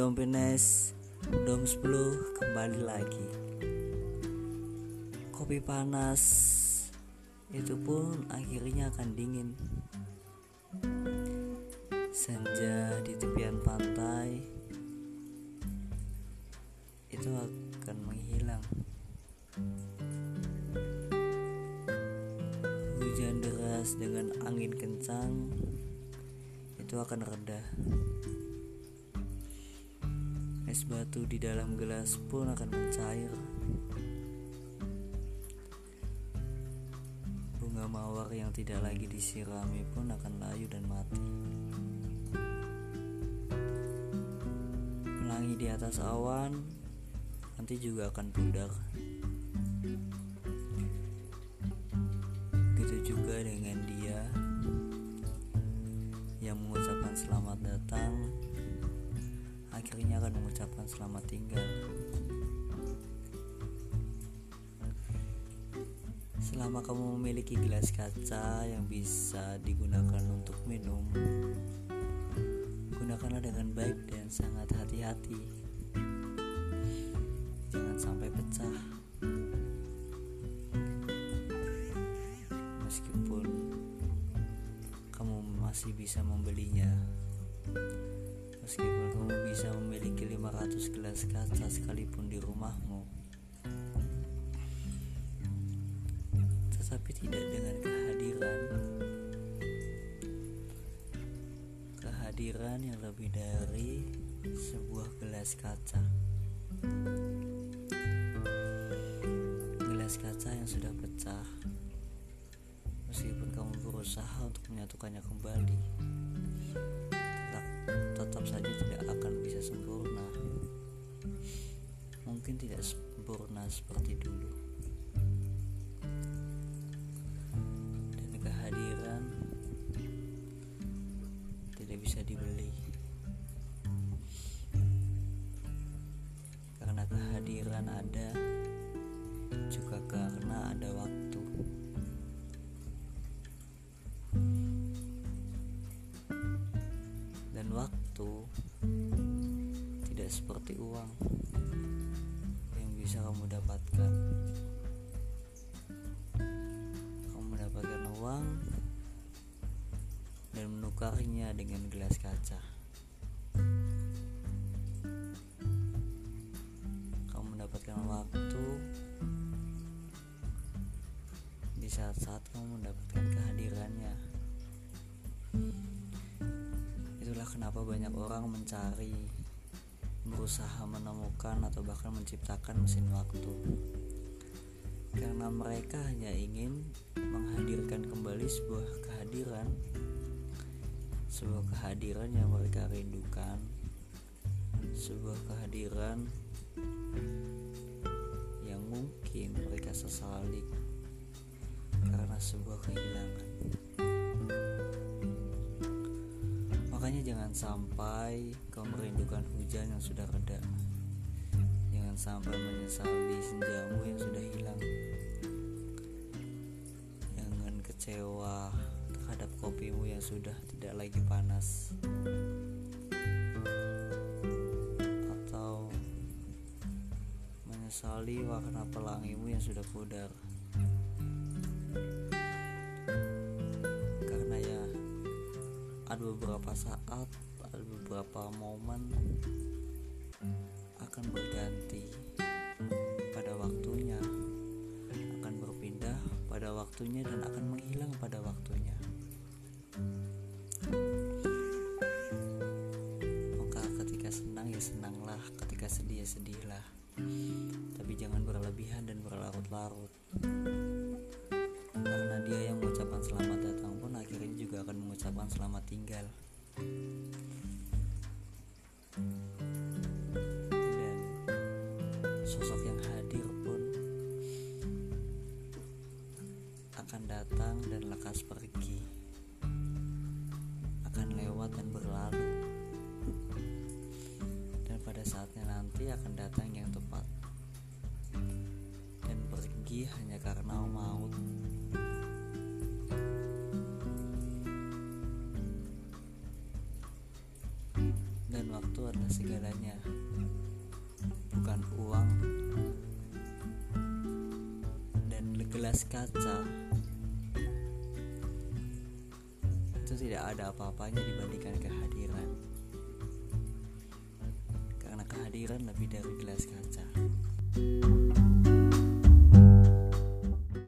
Dompines Dom 10 kembali lagi. Kopi panas itu pun akhirnya akan dingin. Senja di tepian pantai itu akan menghilang. Hujan deras dengan angin kencang itu akan reda. Es batu di dalam gelas pun akan mencair. Bunga mawar yang tidak lagi disirami pun akan layu dan mati. Pelangi di atas awan nanti juga akan pudar. Begitu juga dengan dia yang mengucapkan selamat datang, akhirnya akan mengucapkan selamat tinggal. Selama kamu memiliki gelas kaca yang bisa digunakan untuk minum, gunakanlah dengan baik dan sangat hati-hati. Jangan sampai pecah. Meskipun kamu masih bisa membelinya, meskipun kamu bisa memiliki 500 gelas kaca sekalipun di rumahmu, tetapi tidak dengan kehadiran yang lebih dari sebuah gelas kaca. Gelas kaca yang sudah pecah, meskipun kamu berusaha untuk menyatukannya kembali, tetap saja tidak akan bisa sempurna. Mungkin tidak sempurna seperti dulu. Dan kehadiran tidak bisa dibeli, karena kehadiran ada juga karena ada waktu. Dan waktu tidak seperti uang yang bisa kamu dapatkan. Kamu mendapatkan uang dan menukarnya dengan gelas kaca. Kamu mendapatkan waktu di saat-saat kamu mendapatkan kehadirannya. Itulah kenapa banyak orang mencari, berusaha menemukan atau bahkan menciptakan mesin waktu, karena mereka hanya ingin menghadirkan kembali sebuah kehadiran yang mereka rindukan, sebuah kehadiran yang mungkin mereka sesali karena sebuah kehilangan. Makanya jangan sampai kau merindukan hujan yang sudah reda. Jangan sampai menyesali senjamu yang sudah hilang. Jangan kecewa terhadap kopimu yang sudah tidak lagi panas, atau menyesali warna pelangimu yang sudah pudar. Karena ya, ada beberapa saat, ada beberapa momen akan berganti pada waktunya, akan berpindah pada waktunya, dan akan menghilang pada waktunya. Maka ketika senang ya senanglah, ketika sedih ya sedihlah, tapi jangan berlebihan dan berlarut-larut. Karena dia yang mengucapkan selamat datang pun akhirnya juga akan mengucapkan selamat tinggal. Dan sosok yang hadir pun akan datang dan lekas pergi, akan lewat dan berlalu. Dan pada saatnya nanti akan datang yang tepat, dan pergi hanya karena maut. Dan waktu itu adalah segalanya, bukan uang dan gelas kaca. Itu tidak ada apa-apanya dibandingkan kehadiran, karena kehadiran lebih dari gelas kaca.